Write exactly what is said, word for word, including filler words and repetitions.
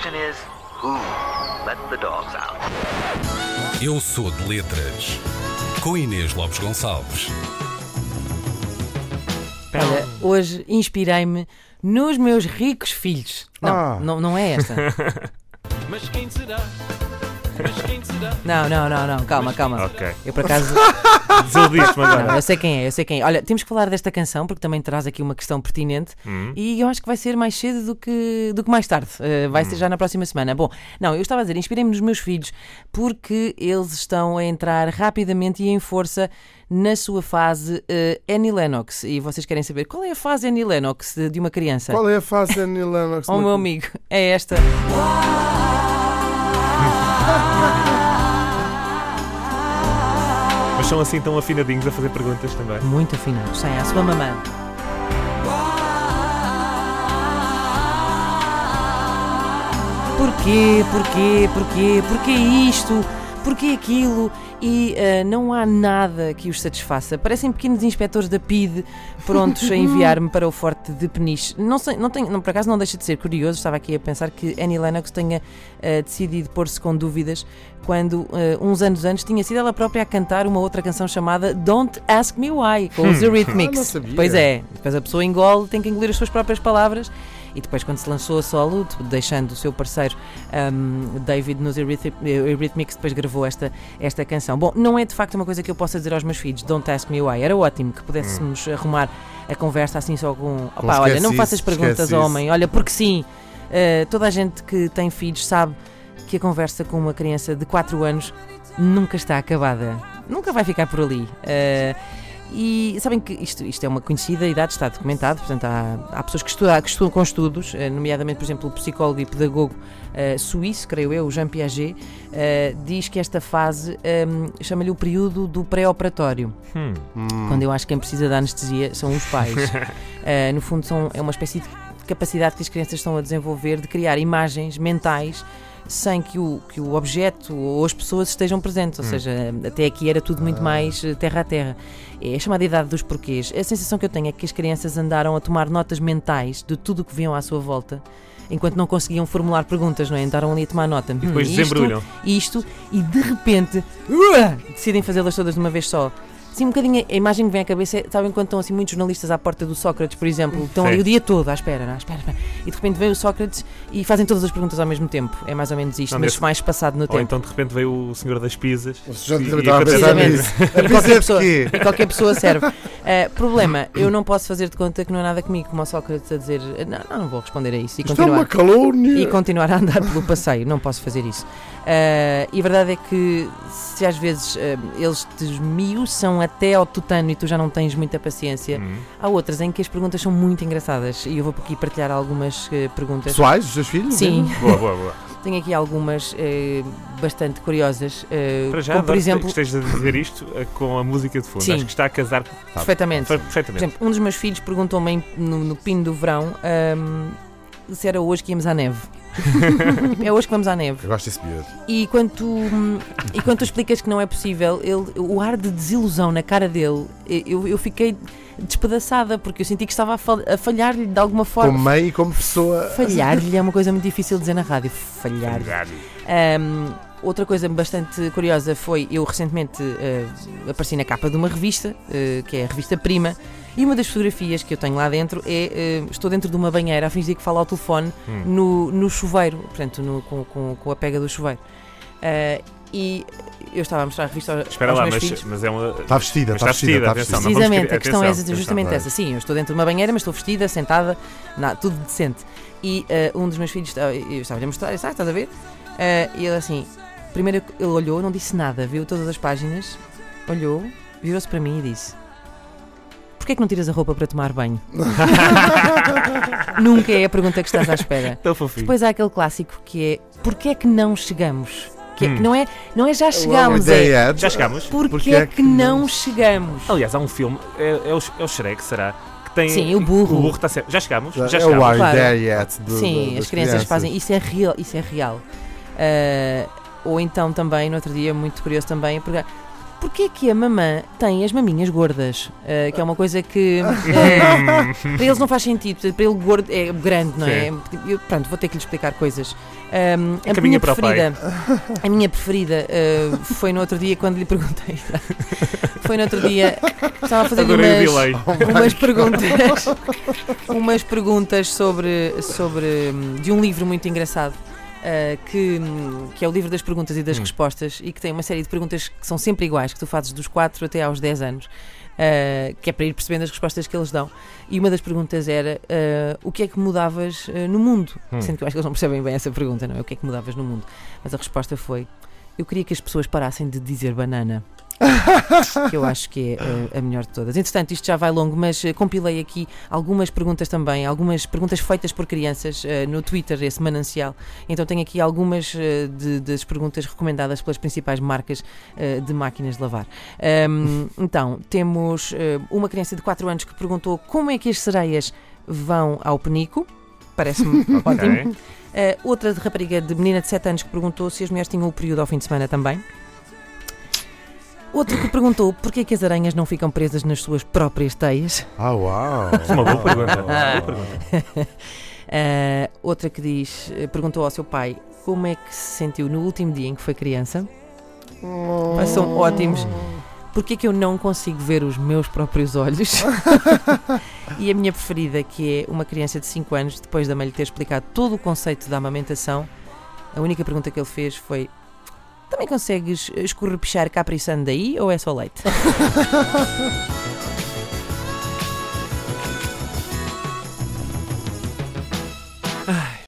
question is, who let the dogs out? Eu sou de letras, com Inês Lopes Gonçalves. Olha, hoje inspirei-me nos meus ricos filhos. Não, Ah. não, não é esta. Mas quem será? Mas quem será? Não, não, não, não, calma, calma. Ok. Eu por acaso. Desiludiste-me Não, agora. eu sei quem é, eu sei quem é. Olha, temos que falar desta canção porque também traz aqui uma questão pertinente Hum. e eu acho que vai ser mais cedo do que, do que mais tarde. Uh, vai ser já na próxima semana. Bom, não, eu estava a dizer, inspirei-me nos meus filhos porque eles estão a entrar rapidamente e em força na sua fase uh, Annie Lennox. E vocês querem saber qual é a fase Annie Lennox de, de uma criança? Qual é a fase da Annie Lennox? Oh, meu amigo, é esta. Mas são assim tão afinadinhos a fazer perguntas também. Muito afinado, sem a sua mamãe. Porquê, porquê, porquê, porquê isto, porquê aquilo? E uh, não há nada que os satisfaça. Parecem pequenos inspectores da P I D prontos a enviar-me para o Forte de Peniche. Não sei, não tenho, não, por acaso não deixa de ser curioso, estava aqui a pensar que Annie Lennox tenha uh, decidido pôr-se com dúvidas quando, uh, uns anos antes, tinha sido ela própria a cantar uma outra canção chamada Don't Ask Me Why, com os Eurythmics. Ah, não sabia. Pois é, depois a pessoa engole, tem que engolir as suas próprias palavras. E depois, quando se lançou a solo, deixando o seu parceiro um, David nos Eurythmics, depois gravou esta, esta canção. Bom, não é de facto uma coisa que eu possa dizer aos meus filhos, Don't Ask Me Why. Era ótimo que pudéssemos hum. arrumar a conversa assim só com... Opá, olha, não faças perguntas ao homem, olha, porque sim. Uh, toda a gente que tem filhos sabe que a conversa com uma criança de quatro anos nunca está acabada. Nunca vai ficar por ali. Uh, E sabem que isto, isto é uma conhecida idade, está documentado, portanto há, há pessoas que estudam, que estudam com estudos, nomeadamente, por exemplo, o psicólogo e pedagogo uh, suíço, creio eu, o Jean Piaget, uh, diz que esta fase um, chama-lhe o período do pré-operatório, Hum. quando eu acho que quem precisa de anestesia são os pais. uh, no fundo são, é uma espécie de capacidade que as crianças estão a desenvolver de criar imagens mentais sem que o, que o objeto ou as pessoas estejam presentes, ou hum. seja, até aqui era tudo muito mais terra a terra. É a chamada idade dos porquês. A sensação que eu tenho é que as crianças andaram a tomar notas mentais de tudo o que viam à sua volta, enquanto não conseguiam formular perguntas, não é? Andaram ali a tomar nota. E depois hum, desembrulham. Isto, isto, e de repente uh, decidem fazê-las todas de uma vez só. Assim, um bocadinho a imagem que vem à cabeça é, sabem quando estão assim muitos jornalistas à porta do Sócrates, por exemplo, estão Sim. ali o dia todo à espera, não? À espera, à espera, e de repente vem o Sócrates e fazem todas as perguntas ao mesmo tempo. É mais ou menos isto, Não, mas desse... mais passado no Ou tempo. então de repente veio o senhor das pizzas. O senhor e- também e estava a aconteceu pensar mesmo. nisso. E A qualquer, pizza pessoa, de quê? e qualquer pessoa serve. Uh, problema, eu não posso fazer de conta que não é nada comigo, como o Sócrates a dizer não, não, não vou responder a isso e Isto é continuar, uma calúnia. e continuar a andar pelo passeio, não posso fazer isso. Uh, e a verdade é que se às vezes uh, eles te esmiuçam até ao tutano e tu já não tens muita paciência, Hum. há outras em que as perguntas são muito engraçadas e eu vou aqui partilhar algumas uh, perguntas. Pessoais, os seus filhos? Sim. Boa, boa, boa. Tenho aqui algumas uh, bastante curiosas, uh, Para já, como por adoro exemplo, que estejas a dizer isto uh, com a música de fundo. Sim. Acho que está a casar perfeitamente. Por perfeitamente. exemplo, um dos meus filhos perguntou-me em- no, no pino do verão um, se era hoje que íamos à neve. É hoje que vamos à neve. Eu gosto desse miúdo. E quando tu, e quando tu explicas que não é possível, ele, o ar de desilusão na cara dele, eu, eu fiquei despedaçada porque eu senti que estava a, fal- a falhar-lhe de alguma forma. Como mãe e como pessoa. Falhar-lhe é uma coisa muito difícil de dizer na rádio. Falhar-lhe. Um, outra coisa bastante curiosa foi, eu recentemente uh, apareci na capa de uma revista, uh, que é a revista Prima, e uma das fotografias que eu tenho lá dentro é, uh, estou dentro de uma banheira a fingir que falo ao telefone Hum. no, no chuveiro, portanto no, com, com, com a pega do chuveiro. Uh, e eu estava a mostrar a revista aos, Espera aos lá, meus mas, filhos. mas é uma. Está vestida, mas está vestida, está atenção, vestida. não vamos Precisamente, querer- a questão é atenção, justamente atenção. essa. Sim, eu estou dentro de uma banheira, mas estou vestida, sentada, na, tudo decente. E uh, um dos meus filhos, estava- eu estava-lhe a mostrar, eu disse, ah, estás a ver? Uh, e ele assim, primeiro ele olhou, não disse nada, viu todas as páginas, olhou, virou-se para mim e disse: porquê é que não tiras a roupa para tomar banho? Nunca é a pergunta que estás à espera. Tão fofinho. Depois há aquele clássico que é: porquê é que não chegamos? Que é, Hum. que não, é, não é já chegamos, Well, é they had- Já chegámos? porquê é que não chegamos? Aliás, há um filme, é, é, o, é o Shrek, será? Que tem, Sim, o burro. O burro está sempre. Já chegámos? Já, É o chegámos. Are Claro. There Yet? do- Sim, do- as das crianças, fazem isso, é real, isso é real. Uh, ou então também, no outro dia, muito curioso também, porque Porquê é que a mamã tem as maminhas gordas? Uh, que é uma coisa que uh, para eles não faz sentido. Para ele gordo é grande, não é? Eu, pronto, vou ter que lhe explicar coisas. Um, É a, minha preferida, a minha preferida uh, foi no outro dia quando lhe perguntei. Foi no outro dia. Estava a fazer Adorei o umas, delay. umas perguntas. Umas perguntas sobre, sobre. de um livro muito engraçado. Uh, que, que é o livro das perguntas e das hum. respostas, e que tem uma série de perguntas que são sempre iguais, que tu fazes dos quatro até aos dez anos, uh, que é para ir percebendo as respostas que eles dão. E uma das perguntas era uh, o que é que mudavas uh, no mundo? Hum. Sendo que eu acho que eles não percebem bem essa pergunta, não é? O que é que mudavas no mundo? Mas a resposta foi: eu queria que as pessoas parassem de dizer banana. Que eu acho que é uh, a melhor de todas. Entretanto, isto já vai longo, mas uh, compilei aqui algumas perguntas também, algumas perguntas feitas por crianças uh, no Twitter, esse manancial. Então tenho aqui algumas uh, de, das perguntas recomendadas pelas principais marcas uh, de máquinas de lavar. Um, então, temos uh, uma criança de quatro anos que perguntou como é que as sereias vão ao penico. Parece-me ótimo. Uh, outra de rapariga de menina de sete anos que perguntou se as mulheres tinham o período ao fim de semana também. Outro que perguntou porquê que as aranhas não ficam presas nas suas próprias teias. Ah, uau! Isso é uma boa pergunta. Boa pergunta. Uh, outra que diz, perguntou ao seu pai como é que se sentiu no último dia em que foi criança. Oh. São ótimos. Porquê que eu não consigo ver os meus próprios olhos? E a minha preferida, que é uma criança de cinco anos, depois da mãe lhe ter explicado todo o conceito da amamentação, a única pergunta que ele fez foi: também consegues escorrepichar Capri Sun daí ou é só leite?